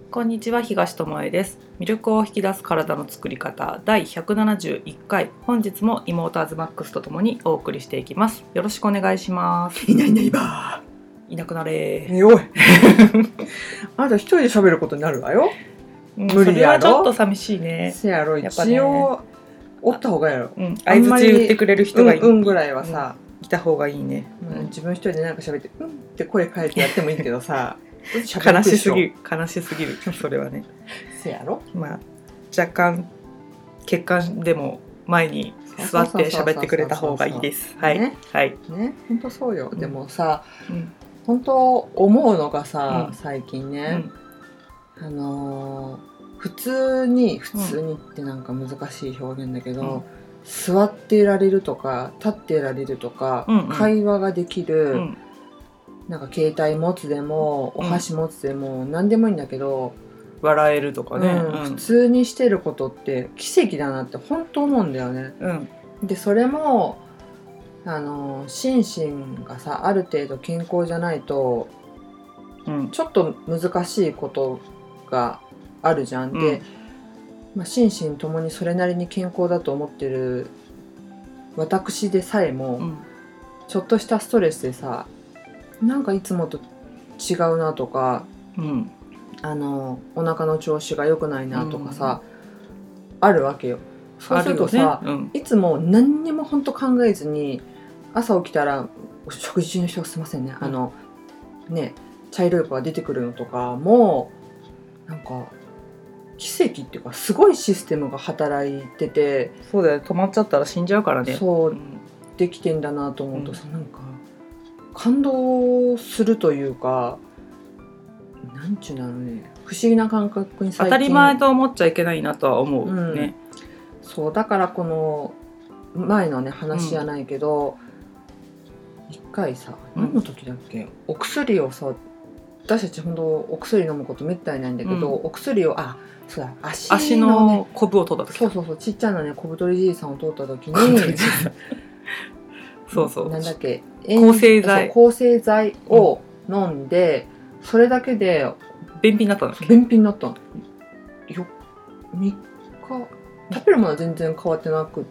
こんにちは、東智恵です。魅力を引き出す体の作り方第171回、本日も妹アズマックスとともにお送りしていきます。よろしくお願いします。 いないいないばいなくなれー。おいあなた一人で喋ることになるわよ。 無理やろ。それはちょっと寂しいね。 せやろ、一応おった方がやろ。 相づち言ってくれる人がいい。 ぐらいはさ、 いた方がいいね。 自分一人でなんか喋ってって声変えてやってもいいけどさ悲しすぎるそれはね。 せやろ。 まあ若干血管でも前に座って喋ってくれた方がいいです。はいね、はいね、本当そうよ。でもさ、本当思うのがさ、最近ね、普通にってなんか難しい表現だけど、座っていられるとか立っていられるとか、会話ができる、なんか携帯持つでもお箸持つでも何でもいいんだけど、 笑えるとかね、 普通にしてることって奇跡だなって本当思うんだよね。でそれも心身がさある程度健康じゃないと、ちょっと難しいことがあるじゃん。で、心身ともにそれなりに健康だと思ってる私でさえも、ちょっとしたストレスでさ、なんかいつもと違うなとか、お腹の調子が良くないなとかさ、あるわけよ。そうするとさ、いつも何にも本当考えずに朝起きたら食事中の人がすいませんね、茶色い子が出てくるのとかもなんか奇跡っていうかすごいシステムが働いてて。 そうだよ、止まっちゃったら死んじゃうからね。 そう、できてんだなと思うとさ、なんか感動するというか、なんちゅうのね、不思議な感覚に最近当たり前と思っちゃいけないなとは思うね。 そうだからこの前のね話じゃないけど、一回さ、何の時だっけ、お薬をさ、私たち本当お薬飲むことめったにないんだけど、お薬をそうだ、 足のコブを取った時、 そうちっちゃなね小太りじいさんを通った時にそうなんだっけ、 抗生剤を飲んで、それだけで便秘になったんだっけ。 便秘になったのよ。3日食べるものは全然変わってなくって、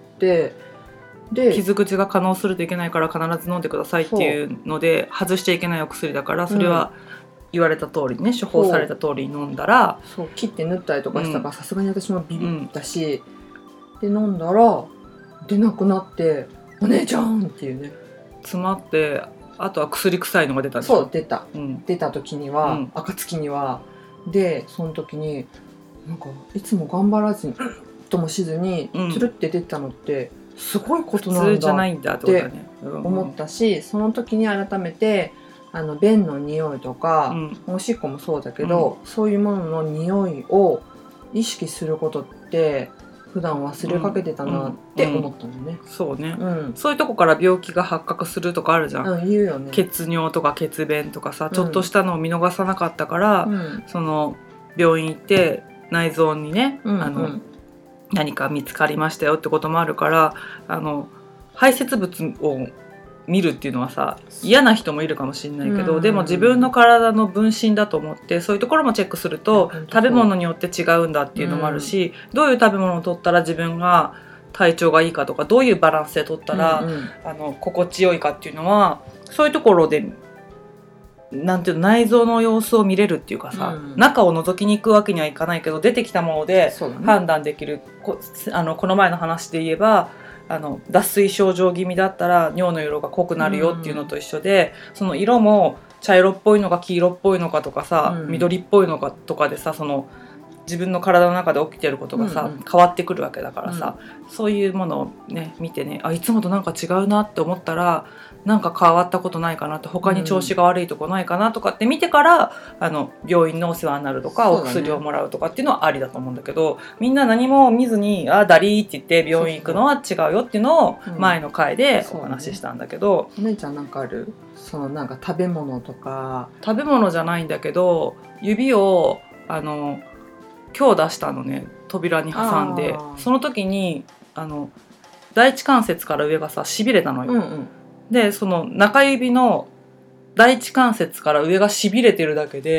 で傷口が化膿するといけないから必ず飲んでくださいっていうので、外しちゃいけないお薬だから、それは言われた通りにね、処方された通りに飲んだら、 そう切って縫ったりとかしたから、さすがに私もビビったし、で飲んだら出なくなって、お姉ちゃんっていうね、 詰まって、あとは薬臭いのが出たんですよ。 そう、 出た時には、暁にはで、その時になんかいつも頑張らずにともしずにつるって出たのってすごいことなんだ普通じゃないんだって思ったし、その時に改めて便の匂いとか、おしっこもそうだけど、そういうものの匂いを意識することって普段忘れかけてたなって思ったのね。 そうね、そういうとこから病気が発覚するとかあるじゃん。 言うよね。 血尿とか血便とかさ、ちょっとしたのを見逃さなかったから、その病院行って内臓にね、何か見つかりましたよってこともあるから、排泄物を見るっていうのはさ、嫌な人もいるかもしれないけど、でも自分の体の分身だと思って、そういうところもチェックすると、食べ物によって違うんだっていうのもあるし、どういう食べ物を取ったら自分が体調がいいかとか、どういうバランスで取ったら、心地よいかっていうのは、そういうところでなんていうの、内臓の様子を見れるっていうかさ、中を覗きに行くわけにはいかないけど、出てきたもので判断できる。この前の話で言えば、脱水症状気味だったら尿の色が濃くなるよっていうのと一緒で、その色も茶色っぽいのか黄色っぽいのかとかさ、緑っぽいのかとかでさ、その自分の体の中で起きてることがさ、変わってくるわけだからさ、そういうものをね見てね、いつもとなんか違うなって思ったら、なんか変わったことないかなって、他に調子が悪いとこないかなとかって見てから、病院のお世話になるとか、お薬をもらうとかっていうのはありだと思うんだけど、みんな何も見ずにダリーって言って病院行くのは違うよっていうのを前の回でお話ししたんだけど、 お姉ちゃんなんかある？そのなんか食べ物とか。 食べ物じゃないんだけど、指を今日出したのね、扉に挟んで、その時に第一関節から上がさしびれたのよ。でその中指の第一関節から上がしびれてるだけで、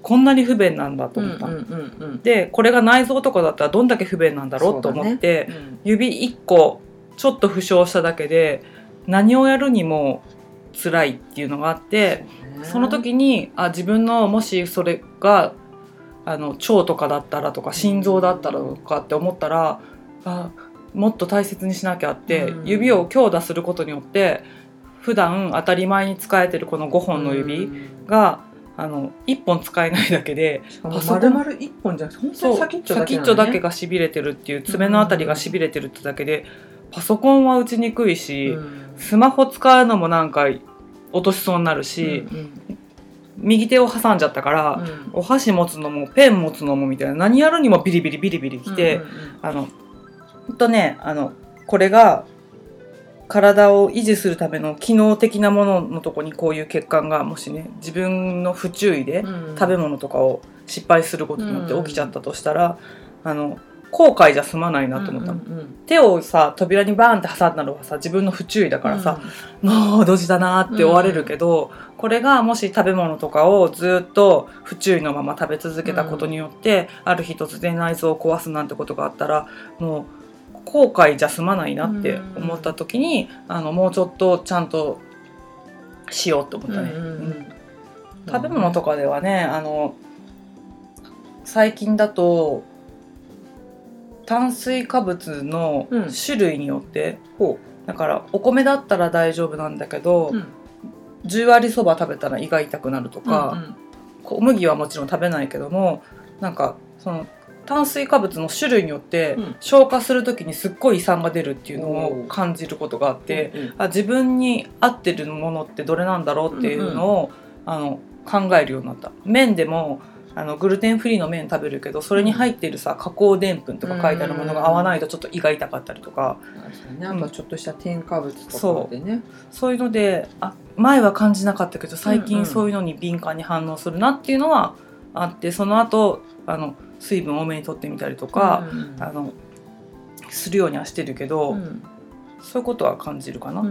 こんなに不便なんだと思った、でこれが内臓とかだったらどんだけ不便なんだろうと思って、指1個ちょっと負傷しただけで何をやるにも辛いっていうのがあって、その時に自分のもしそれが腸とかだったらとか心臓だったらとかって思ったらもっと大切にしなきゃって、指を強打することによって普段当たり前に使えてるこの5本の指が1本使えないだけで、 丸々1本じゃなくて本当に先っちょだけ、 先っちょだけがしびれてるっていう、爪のあたりがしびれてるってだけでパソコンは打ちにくいし、スマホ使うのもなんか落としそうになるし、右手を挟んじゃったから、お箸持つのもペン持つのもみたいな、何やるにもビリビリビリビリきて、ほんとねこれが体を維持するための機能的なもののとこにこういう欠陥がもしね自分の不注意で食べ物とかを失敗することによって起きちゃったとしたら、後悔じゃ済まないなと思ったの、手をさ扉にバーンって挟んだのはさ自分の不注意だからさ、もうドジだなって終われるけど、これがもし食べ物とかをずっと不注意のまま食べ続けたことによって、ある日突然内臓を壊すなんてことがあったらもう後悔じゃ済まないなって思った時に、もうちょっとちゃんとしようと思ったね、食べ物とかではね最近だと炭水化物の種類によって、だからお米だったら大丈夫なんだけど、10割そば食べたら胃が痛くなるとか、小麦はもちろん食べないけども、なんかその炭水化物の種類によって消化する時にすっごい胃酸が出るっていうのを感じることがあって、自分に合ってるものってどれなんだろうっていうのを、考えるようになった。麺でもグルテンフリーの麺食べるけど、それに入っているさ加工でんぷんとか書いてあるものが合わないとちょっと胃が痛かったりとか、 あとちょっとした添加物とかでね、 そういうので前は感じなかったけど最近そういうのに敏感に反応するなっていうのはあって、その後水分多めに取ってみたりとか、するようにはしてるけど、そういうことは感じるかな。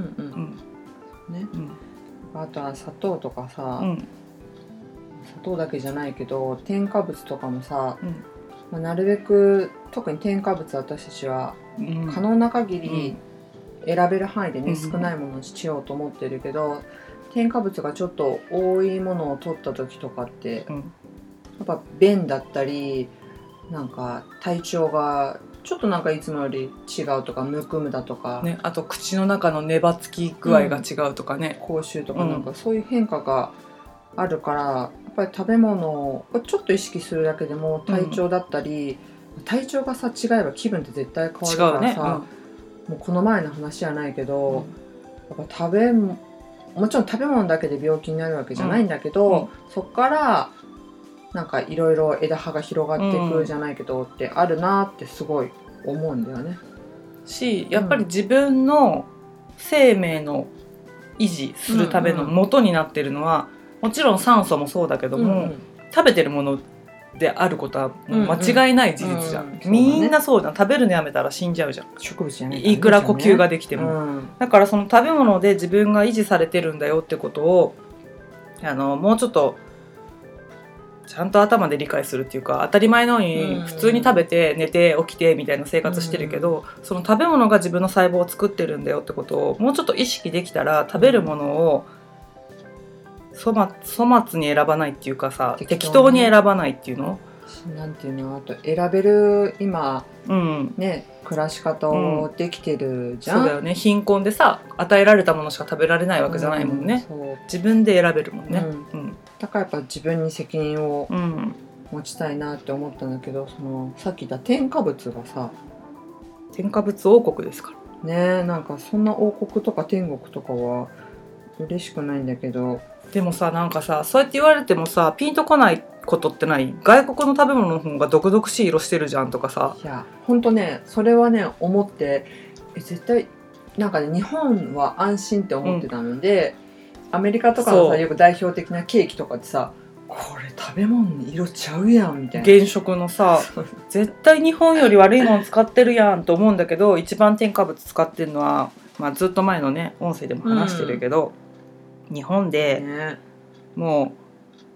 あとは砂糖とかさ、砂糖だけじゃないけど添加物とかもさ、なるべく特に添加物私たちは可能な限り選べる範囲でね、少ないものにしようと思ってるけど、添加物がちょっと多いものを取った時とかって、やっぱ便だったりなんか体調がちょっとなんかいつもより違うとか、むくむだとか、 あと口の中の粘つき具合が違うとかね、 口臭とかなんかそういう変化があるから、やっぱり食べ物をちょっと意識するだけでも体調だったり、体調がさ違えば気分って絶対変わるからさ、もうこの前の話じゃないけど、やっぱもちろん食べ物だけで病気になるわけじゃないんだけど、そっからなんかいろいろ枝葉が広がっていくじゃないけど、ってあるなってすごい思うんだよね。 やっぱり自分の生命の維持するための元になってるのは、もちろん酸素もそうだけども、食べてるものであることはもう間違いない事実じゃん、みんなそうじゃん。食べるのやめたら死んじゃうじゃん、 植物じゃないからね、 いくら呼吸ができても、だからその食べ物で自分が維持されてるんだよってことをもうちょっとちゃんと頭で理解するっていうか、当たり前のように普通に食べて寝て起きてみたいな生活してるけど、その食べ物が自分の細胞を作ってるんだよってことをもうちょっと意識できたら、食べるものを粗末に選ばないっていうかさ、適当に選ばないっていうの、 なんていうの、あと選べる今、ね暮らし方をできてるじゃん、 そうだよね。貧困でさ与えられたものしか食べられないわけじゃないもんね、自分で選べるもんね、 だからやっぱ自分に責任を持ちたいなって思ったんだけど、そのさっき言った添加物がさ、 添加物王国ですからね、なんかそんな王国とか天国とかは嬉しくないんだけど、 でもさなんかさそうやって言われてもさピンとこないことってない？外国の食べ物の方が毒々しい色してるじゃんとかさ。 いやほんとね、それはね思って、絶対なんかね日本は安心って思ってたので、アメリカとかのさよく代表的なケーキとかってさ、これ食べ物に色ちゃうやんみたいな、 原色のさ絶対日本より悪いもの使ってるやんと思うんだけど、一番添加物使ってるのは、ずっと前のね音声でも話してるけど、日本でもう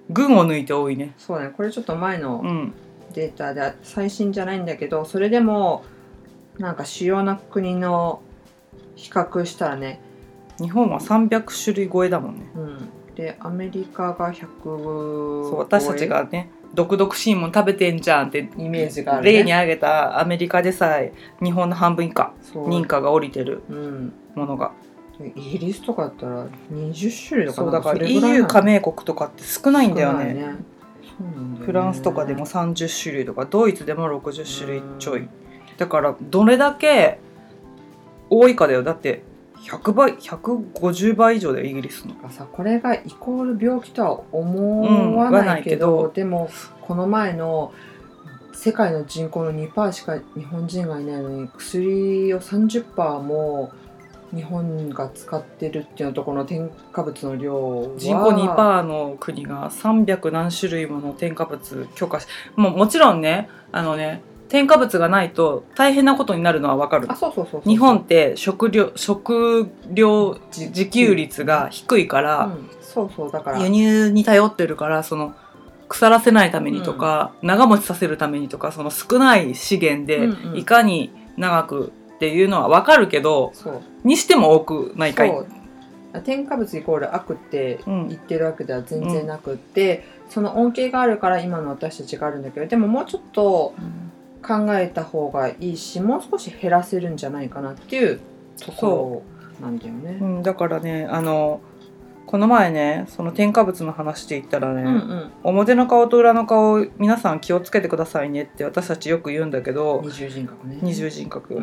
群を抜いて多いね。 そうね、これちょっと前のデータで最新じゃないんだけど、それでもなんか主要な国の比較したらね、 日本は300種類超えだもんね。 でアメリカが100 そう私たちがね毒々しいもん食べてんじゃんってイメージがある、ね、 例に挙げたアメリカでさえ日本の半分以下認可が下りてるものが、 イギリスとかだったら20種類とか。 そうだから EU 加盟国とかって少ないんだよね。フランスとかでも30種類とかドイツでも60種類ちょいだからどれだけ多いかだよ。だって100倍150倍以上でイギリスのさ、これがイコール病気とは思わないけど、でもこの前の世界の人口の 2% しか日本人がいないのに薬を 30% も日本が使ってるっていうところの添加物の量は人口 2% の国が300何種類もの添加物許可しもちろんね添加物がないと大変なことになるのは分かる。日本って食料自給率が低いから、 だから輸入に頼ってるからその腐らせないためにとか、長持ちさせるためにとかその少ない資源でいかに長くっていうのは分かるけど、にしても多くないかい。 添加物イコール悪って言ってるわけでは全然なくって、その恩恵があるから今の私たちがあるんだけど、でももうちょっと考えた方がいいし、もう少し減らせるんじゃないかなっていうところなんだよね。 だからねこの前ねその添加物の話で言ったらね、表の顔と裏の顔皆さん気をつけてくださいねって私たちよく言うんだけど、 二重人格ね。 二重人格、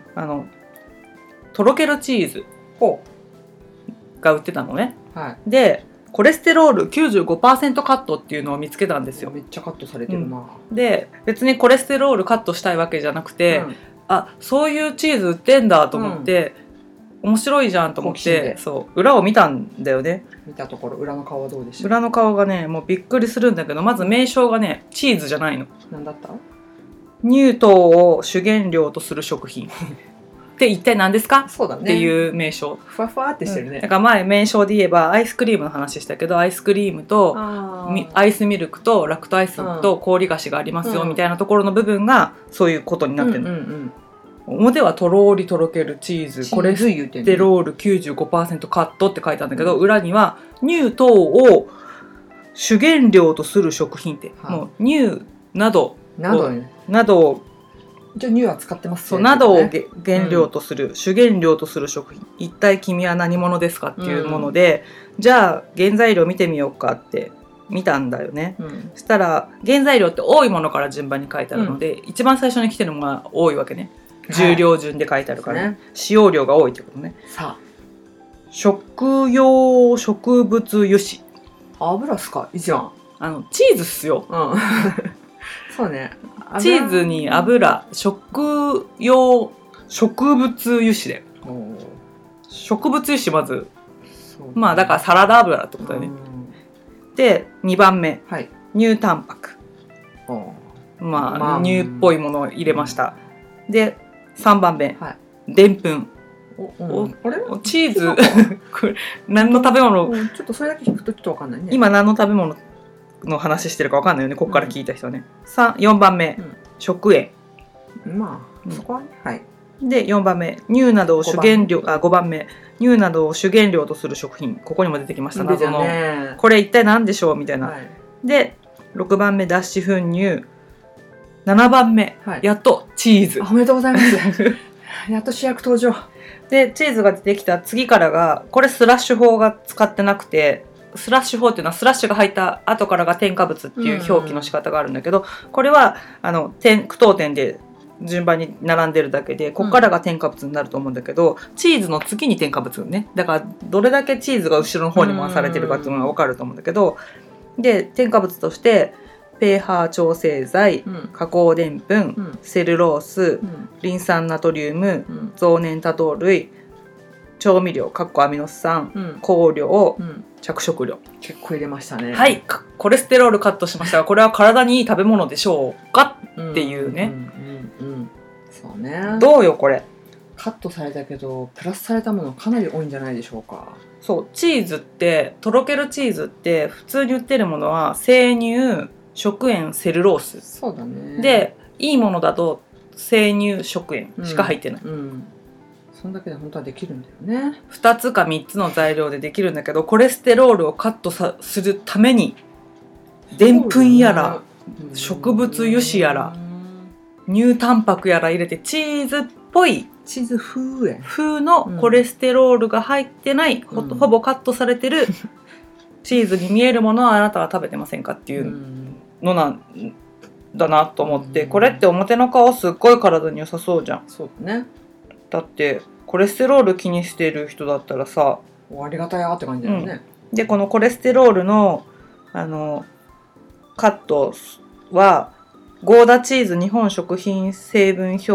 とろけるチーズが売ってたのね、でコレステロール 95% カットっていうのを見つけたんですよ。 めっちゃカットされてるな、 で別にコレステロールカットしたいわけじゃなくて、そういうチーズ売ってんだと思って、面白いじゃんと思ってそう裏を見たんだよね。 見たところ裏の顔はどうでした？ 裏の顔がねもうびっくりするんだけど、まず名称がねチーズじゃないの。 何だった？ 乳糖を主原料とする食品って一体何ですか？ そうだね、 っていう名称。 ふわふわってしてるね、 だから前名称で言えばアイスクリームの話したけど、アイスクリームとアイスミルクとラクトアイスと氷菓子がありますよみたいなところの部分がそういうことになってるの、表はとろりとろけるチーズコレステロール 95% カットって書いてあるんだけど、裏には乳糖を主原料とする食品って、もう乳などをじゃあ乳は使ってますそうなどを原料とする、主原料とする食品、一体君は何者ですかっていうもので、じゃあ原材料見てみようかって見たんだよね、そしたら原材料って多いものから順番に書いてあるので、一番最初に来てるのが多いわけね。重量順で書いてあるから、使用量が多いってことね。 さあ食用植物油脂、 油っすか？一番チーズっすよ、 そうね、 チーズに油、食用植物油脂だよ。植物油脂まず、まあだからサラダ油ってことだよね。で2番目、乳タンパク、まあ乳っぽいものを入れました。で3番目、でんぷん。チーズこれ何の食べ物、 ちょっとそれだけ聞くとちょっと分かんないね。 今何の食べ物の話してるか分かんないよね、ここから聞いた人はね。4番目、食塩。 まあそこはね。 で4番目、乳などを主原料、5番目、乳などを主原料とする食品。ここにも出てきました、謎のこれ一体何でしょうみたいな。で6番目、脱脂粉乳。7番目、やっとチーズ。 おめでとうございますやっと主役登場でチーズが出てきた次からが、これスラッシュ法が使ってなくて、スラッシュ法っていうのはスラッシュが入った後からが添加物っていう表記の仕方があるんだけど、これは句読点で順番に並んでるだけで、ここからが添加物になると思うんだけど、チーズの次に添加物ね。だからどれだけチーズが後ろの方に回されてるかっていうのが分かると思うんだけど、で添加物としてpH 調整剤、加工でんぷん、セルロース、リン酸ナトリウム、増粘多糖類、調味料アミノ酸、香料、着色料。 結構入れましたね。 はい、コレステロールカットしましたが、これは体にいい食べ物でしょうかっていうね。 そうね。 どうよこれ。 カットされたけどプラスされたものかなり多いんじゃないでしょうか。 そうチーズってとろけるチーズって普通に売ってるものは生乳食塩セルロースそうだねでいいものだと生乳食塩しか入ってない、 そんだけで本当はできるんだよね。 2つか3つの材料でできるんだけどコレステロールをカットするためにでんぷんやら植物油脂やら乳タンパクやら入れてチーズっぽいチーズ風のコレステロールが入ってない、ほぼカットされてるチーズに見えるものはあなたは食べてませんかっていうのなんだなと思って、これって表の顔すっごい体に良さそうじゃん。 そうだね。 だってコレステロール気にしてる人だったらさありがたやって感じだよね、 でこのコレステロールのカットはゴーダチーズ日本食品成分表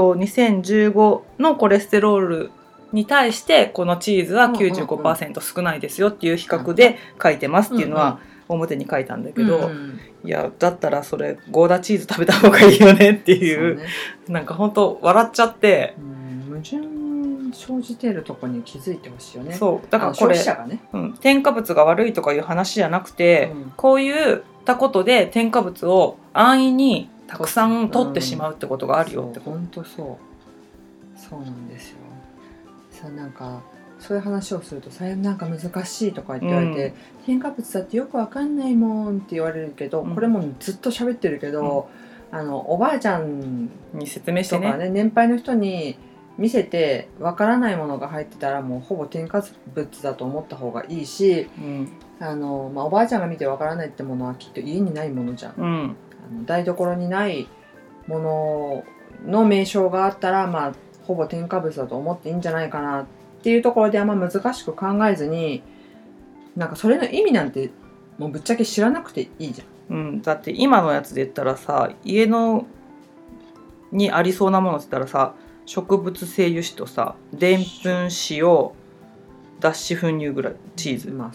2015のコレステロールに対してこのチーズは 95% 少ないですよっていう比較で書いてますっていうのは表に書いたんだけど、いやだったらそれゴーダチーズ食べた方がいいよねっていう、なんか本当笑っちゃって、 矛盾生じてるとこに気づいてほしいよね。 そうだからこれ消費者がね、 添加物が悪いとかいう話じゃなくて、こういったことで添加物を安易にたくさん取ってしまうってことがあるよってこと。 本当そうなんですよ。さなんかそういう話をするとさなんか難しいとか言って言われて、添加物だってよくわかんないもんって言われるけど、これもずっと喋ってるけど、おばあちゃんに説明してね、 年配の人に見せてわからないものが入ってたらもうほぼ添加物だと思った方がいいし、おばあちゃんが見てわからないってものはきっと家にないものじゃん、台所にないものの名称があったらほぼ添加物だと思っていいんじゃないかなっていうところで難しく考えずに、なんかそれの意味なんてもうぶっちゃけ知らなくていいじゃん、 だって今のやつで言ったらさ家のにありそうなものって言ったらさ植物性油脂とさでんぷん塩脱脂粉乳ぐらいチーズ、 そうね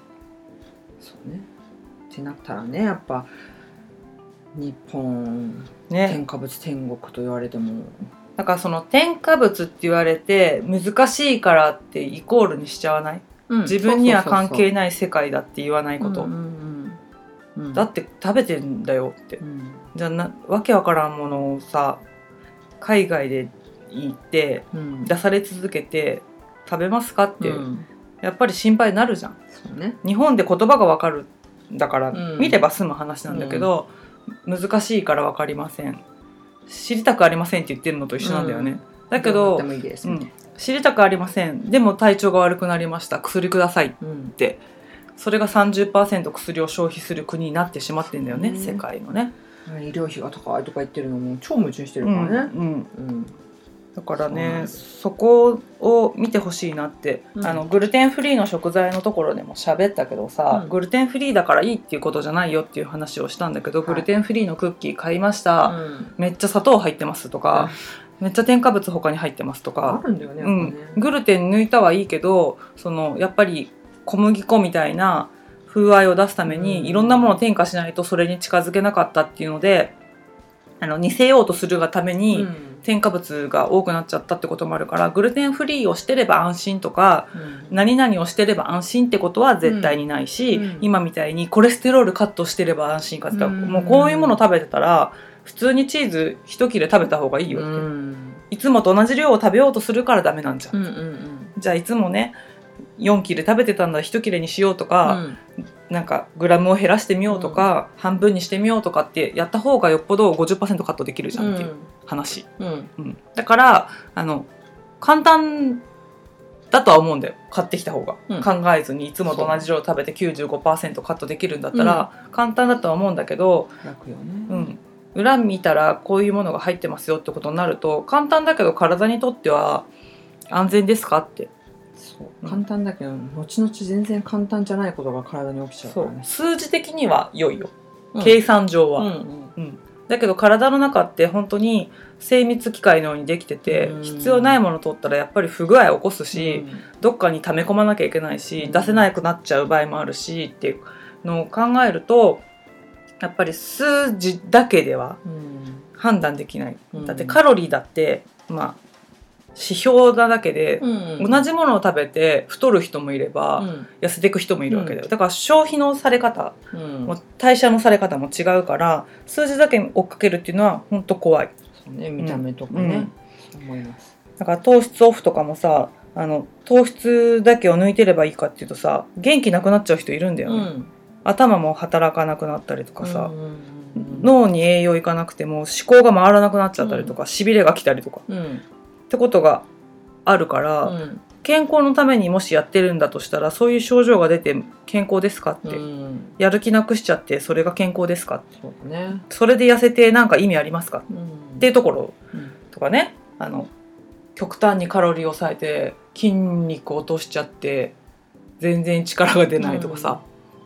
ってなったらねやっぱ日本、添加物天国と言われてもだからその添加物って言われて難しいからってイコールにしちゃわない、自分には関係ない世界だって言わないこと、だって食べてんだよって、じゃあわけわからんものをさ海外で行って出され続けて食べますかって、やっぱり心配になるじゃん。 そうね、 日本で言葉がわかるだから見れば済む話なんだけど、難しいからわかりません、知りたくありませんって言ってるのと一緒なんだよね、だけど知りたくありませんでも体調が悪くなりました薬くださいって、それが 30% 薬を消費する国になってしまってんだよね、世界のね。 医療費が高いとか言ってるのも超矛盾してるからね、 だからね そこを見てほしいなって、グルテンフリーの食材のところでも喋ったけどさ、グルテンフリーだからいいっていうことじゃないよっていう話をしたんだけど、グルテンフリーのクッキー買いました、めっちゃ砂糖入ってますとか、めっちゃ添加物他に入ってますとかあるんだよね、 グルテン抜いたはいいけどやっぱり小麦粉みたいな風合いを出すためにいろんなものを添加しないとそれに近づけなかったっていうので似せようとするがために添加物が多くなっちゃったってこともあるから、グルテンフリーをしてれば安心とか、何々をしてれば安心ってことは絶対にないし、今みたいにコレステロールカットしてれば安心かって言ったら、もうこういうもの食べてたら普通にチーズ一切れ食べた方がいいよって、いつもと同じ量を食べようとするからダメなんじゃん、じゃあいつもね4切れ食べてたんだ1切れにしようとか、なんかグラムを減らしてみようとか、半分にしてみようとかってやった方がよっぽど 50% カットできるじゃんっていう話、だから簡単だとは思うんだよ、買ってきた方が、考えずにいつもと同じ量を食べて 95% カットできるんだったら、簡単だとは思うんだけど、 楽よね、 裏見たらこういうものが入ってますよってことになると、簡単だけど体にとっては安全ですかって。 そう簡単だけど、後々全然簡単じゃないことが体に起きちゃうからね。 数字的には良いよ、計算上は、だけど体の中って本当に精密機械のようにできてて、必要ないものを取ったらやっぱり不具合を起こすし、どっかに溜め込まなきゃいけないし、出せなくなっちゃう場合もあるしっていうのを考えると、やっぱり数字だけでは判断できない、だってカロリーだって指標なだけで、同じものを食べて太る人もいれば、痩せていく人もいるわけだよ。だから消費のされ方、代謝のされ方も違うから数字だけ追っかけるっていうのは本当怖い。 そうね、見た目とかね、そう思います。 だから糖質オフとかもさ、糖質だけを抜いてればいいかっていうとさ、元気なくなっちゃう人いるんだよね。頭も働かなくなったりとかさ、脳に栄養いかなくても思考が回らなくなっちゃったりとか、しびれが来たりとか、ってことがあるから、健康のためにもしやってるんだとしたら、そういう症状が出て健康ですかって、やる気なくしちゃってそれが健康ですかって、 そうだね、 それで痩せてなんか意味ありますか、っていうところとかね、極端にカロリーを抑えて筋肉を落としちゃって全然力が出ないとかさ、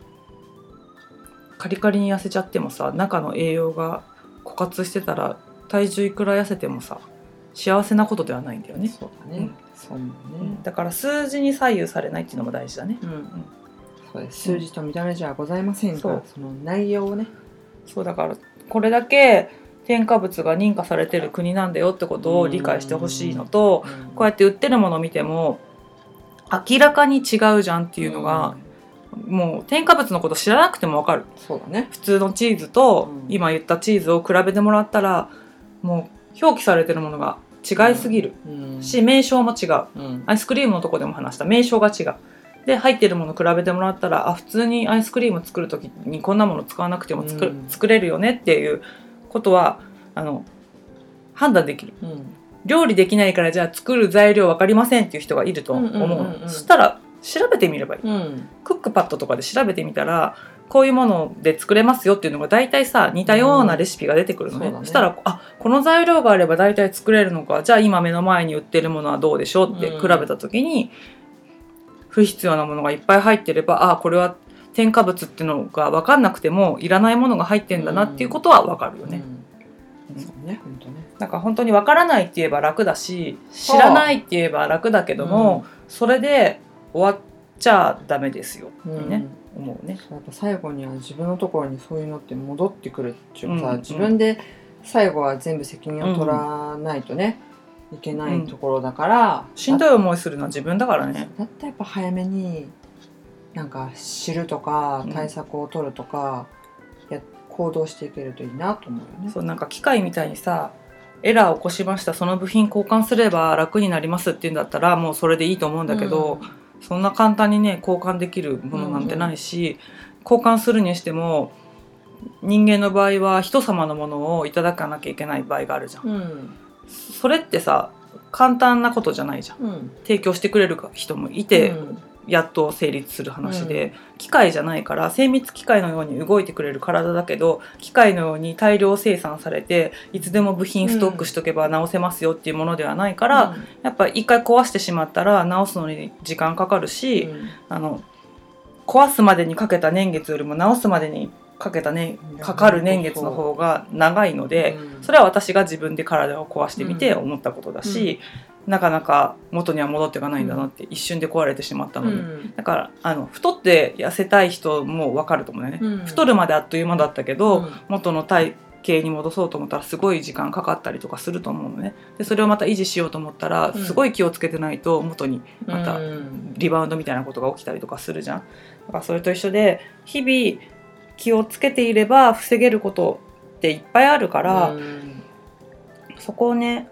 カリカリに痩せちゃってもさ、中の栄養が枯渇してたら体重いくら痩せてもさ幸せなことではないんだよね。 そうだね、そうね、 だから数字に左右されないっていうのも大事だね。 そうです。数字と見た目じゃございませんから、その内容をね。 そうだから、これだけ添加物が認可されてる国なんだよってことを理解してほしいのと、こうやって売ってるものを見ても明らかに違うじゃんっていうのが、もう添加物のこと知らなくても分かる。 そうだね。 普通のチーズと今言ったチーズを比べてもらったら、もう表記されてるものが違いすぎるし、名称も違う。アイスクリームのとこでも話した名称が違う。で入ってるもの比べてもらったら、普通にアイスクリーム作る時にこんなもの使わなくても作れるよねっていうことは判断できる。料理できないからじゃあ作る材料分かりませんっていう人がいると思う。そしたら調べてみればいい。クックパッドとかで調べてみたら、こういうもので作れますよっていうのが大体さ、似たようなレシピが出てくるのね。そしたら、この材料があれば大体作れるのか、じゃあ今目の前に売ってるものはどうでしょうって比べた時に、不必要なものがいっぱい入ってれば、これは添加物っていうのが分かんなくてもいらないものが入ってんだなっていうことは分かるよね。 そうね、本当ね。 なんか本当に分からないって言えば楽だし、知らないって言えば楽だけども、それで終わっちゃダメですよってね、思うね。 やっぱ最後には自分のところにそういうのって戻ってくるっていうかさ、自分で最後は全部責任を取らないとね、いけないところだから、 しんどい思いするのは自分だからね。 だってやっぱ早めになんか知るとか対策を取るとか、行動していけるといいなと思うよね。 そう、なんか機械みたいにさ、エラーを起こしました、その部品交換すれば楽になりますっていうんだったらもうそれでいいと思うんだけど、そんな簡単にね交換できるものなんてないし、交換するにしても人間の場合は人様のものをいただかなきゃいけない場合があるじゃん。それってさ簡単なことじゃないじゃん。提供してくれる人もいて、やっと成立する話で、機械じゃないから、精密機械のように動いてくれる体だけど、機械のように大量生産されていつでも部品ストックしとけば直せますよっていうものではないから、やっぱ一回壊してしまったら直すのに時間かかるし、壊すまでにかけた年月よりも直すまでにかけたねかかる年月の方が長いので、それは私が自分で体を壊してみて思ったことだし、なかなか元には戻っていかないんだなって一瞬で壊れてしまったので、だから太って痩せたい人も分かると思うんだよね。太るまであっという間だったけど、元の体型に戻そうと思ったらすごい時間かかったりとかすると思うのね。でそれをまた維持しようと思ったらすごい気をつけてないと元にまたリバウンドみたいなことが起きたりとかするじゃん。だからそれと一緒で、日々気をつけていれば防げることっていっぱいあるから、そこをね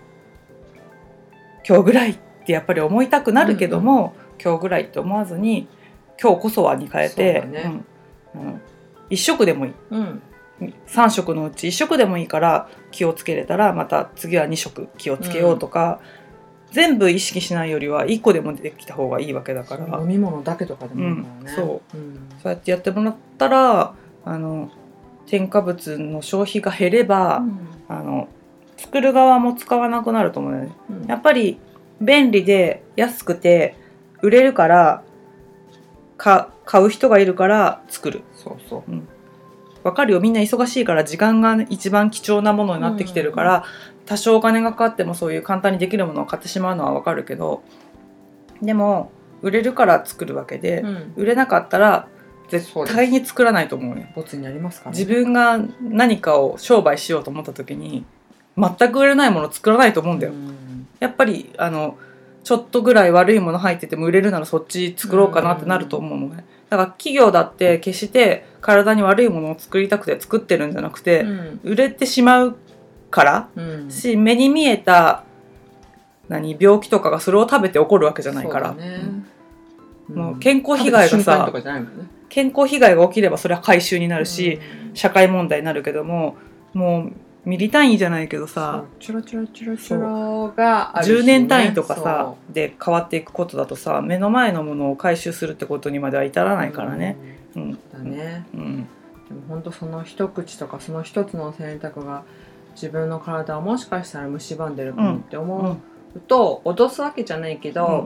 今日ぐらいってやっぱり思いたくなるけども、今日ぐらいって思わずに今日こそはに変えて、1食でもいい、3食のうち1食でもいいから気をつけれたら、また次は2食気をつけようとか、全部意識しないよりは1個でも出てきた方がいいわけだから。 飲み物だけとかでもいいからね。 そうやってやってもらったら添加物の消費が減れば、作る側も使わなくなると思うよね。やっぱり便利で安くて売れるから買う人がいるから作る。わかるよ、みんな忙しいから時間が一番貴重なものになってきてるから、多少お金がかかってもそういう簡単にできるものを買ってしまうのはわかるけど、でも売れるから作るわけで、売れなかったら絶対に作らないと思うね。 ボツになりますかね。 自分が何かを商売しようと思った時に全く売れないもの作らないと思うんだよ。 やっぱりちょっとぐらい悪いもの入ってても売れるならそっち作ろうかなってなると思うのね。だから企業だって決して体に悪いものを作りたくて作ってるんじゃなくて、売れてしまうから、し目に見えた病気とかがそれを食べて起こるわけじゃないから、もう健康被害がさ、健康被害が起きればそれは回収になるし、社会問題になるけども、もうミリ単位じゃないけどさ、 チュロチュロチュロチュロがあるし、ね、 10年単位とかさで変わっていくことだとさ、目の前のものを回収するってことにまでは至らないからね。 だね。でも本当その一口とかその一つの選択が自分の体をもしかしたら蝕んでるかもって思うと、脅すわけじゃないけど、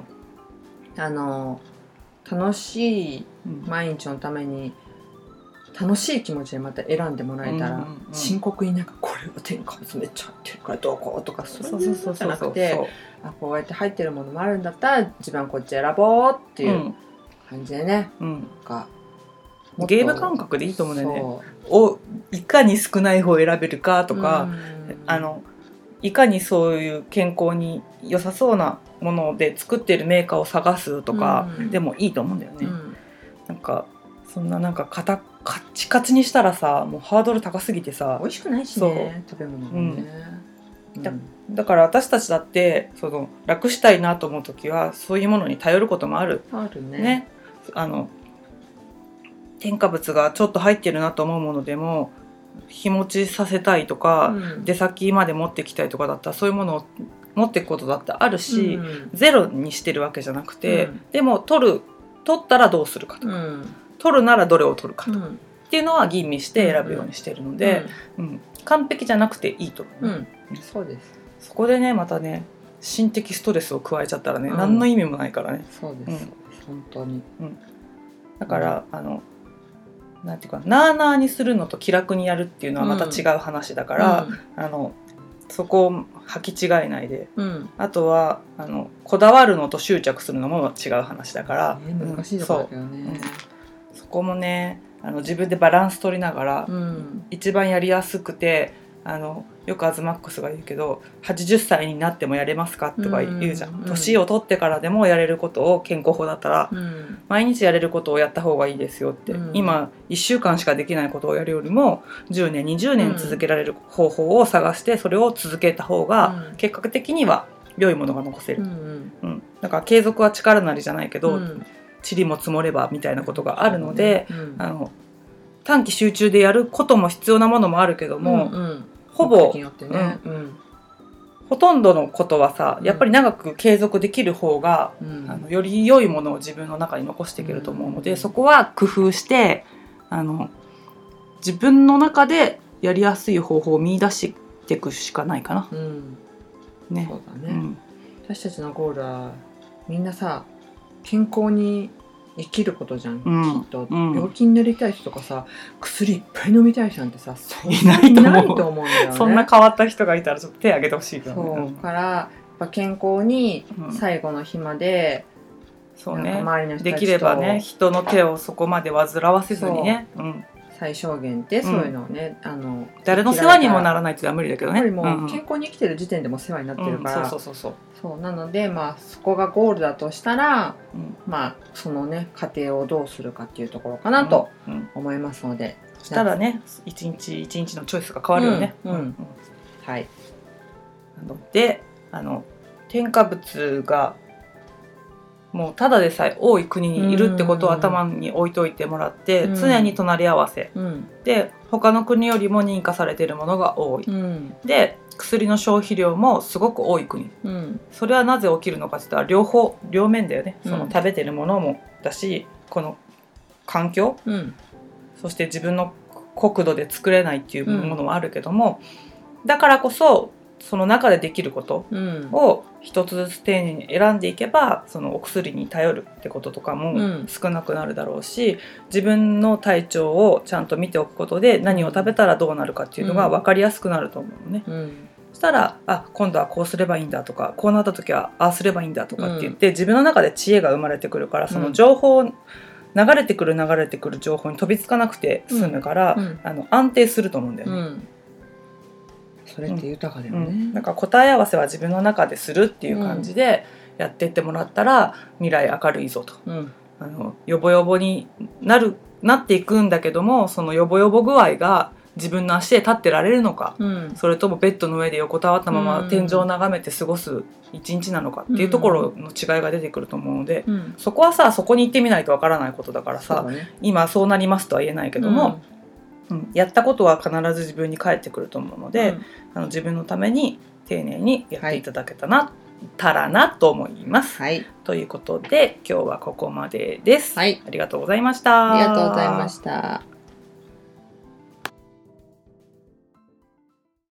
楽しい毎日のために楽しい気持ちでまた選んでもらえたら、深刻にこれは添加物めっちゃ入ってるからどうこうとかそういうのじゃなくて、こうやって入ってるものもあるんだったら自分はこっち選ぼうっていう感じでね、 ゲーム感覚でいいと思うんだよね。いかに少ない方を選べるかとか、いかにそういう健康に良さそうなもので作ってるメーカーを探すとかでもいいと思うんだよね。そんなカチカチにしたらさ、もうハードル高すぎてさ、 美味しくないしね、食べ物もね。 だから私たちだって楽したいなと思う時はそういうものに頼ることもある。ね。添加物がちょっと入ってるなと思うものでも日持ちさせたいとか、出先まで持ってきたいとかだったらそういうものを持っていくことだってあるし、ゼロにしてるわけじゃなくて、でも取ったらどうするかとか、取るならどれを取るかとか、っていうのは吟味して選ぶようにしてるので、完璧じゃなくていいと思う。 そうです。 そこでねまたね心的ストレスを加えちゃったらね、何の意味もないからね。 そうです、本当に。 だからなんていうかなあなあにするのと気楽にやるっていうのはまた違う話だから、そこを履き違えないで、あとはこだわるのと執着するのも違う話だから、 難しいところだよね。 そこもね自分でバランス取りながら、一番やりやすくてよくアズマックスが言うけど80歳になってもやれますかとか言うじゃん。年を取ってからでもやれることを健康法だったら、毎日やれることをやった方がいいですよって、今1週間しかできないことをやるよりも10年20年続けられる方法を探してそれを続けた方が結果的には良いものが残せる。だから継続は力なりじゃないけど、塵も積もればみたいなことがあるので、短期集中でやることも必要なものもあるけども、ほぼ、ほとんどのことはさやっぱり長く継続できる方が、より良いものを自分の中に残していけると思うので、そこは工夫して自分の中でやりやすい方法を見出していくしかないかな。 ね、そうだね、私たちのゴールはみんなさ健康に生きることじゃん、きっと、病気になりたい人とかさ薬いっぱい飲みたい人なんてさいないと思うんだよね。 そんな変わった人がいたらちょっと手挙げてほしいけどね。そうからやっぱ健康に最後の日まで、 そうね、周りの人たちとできればね人の手をそこまで煩わせずにね、 最小限でそういうのをね、 誰の世話にもならないっていうのは無理だけどね。 やっぱりもう健康に生きてる時点でも世話になってるから、そうなのでそこがゴールだとしたら、そのね過程をどうするかっていうところかなと思いますので、 そしたらね一日一日のチョイスが変わるよね。 はい。 なので添加物がもうただでさえ多い国にいるってことを頭に置いといてもらって、常に隣り合わせ、で他の国よりも認可されているものが多い、で薬の消費量もすごく多い国、それはなぜ起きるのかって言ったら両面だよね。その食べてるものもだしこの環境、そして自分の国土で作れないっていうものもあるけども、だからこそその中でできることを一つずつ丁寧に選んでいけば、そのお薬に頼るってこととかも少なくなるだろうし、自分の体調をちゃんと見ておくことで何を食べたらどうなるかっていうのが分かりやすくなると思うのね。そしたら今度はこうすればいいんだとか、こうなった時はああすればいいんだとかって言って、自分の中で知恵が生まれてくるから、その情報流れてくる情報に飛びつかなくて済むから、安定すると思うんだよね。 それって豊かだよね、 だから答え合わせは自分の中でするっていう感じでやってってもらったら未来明るいぞと、ヨボヨボになっていくんだけども、そのヨボヨボ具合が自分の足で立ってられるのか、それともベッドの上で横たわったまま天井を眺めて過ごす一日なのかっていうところの違いが出てくると思うので、そこはさ、そこに行ってみないとわからないことだからさ、今そうなりますとは言えないけども、やったことは必ず自分に返ってくると思うので、自分のために丁寧にやっていただけたらなと思います、ということで今日はここまでです、ありがとうございました。 ありがとうございました。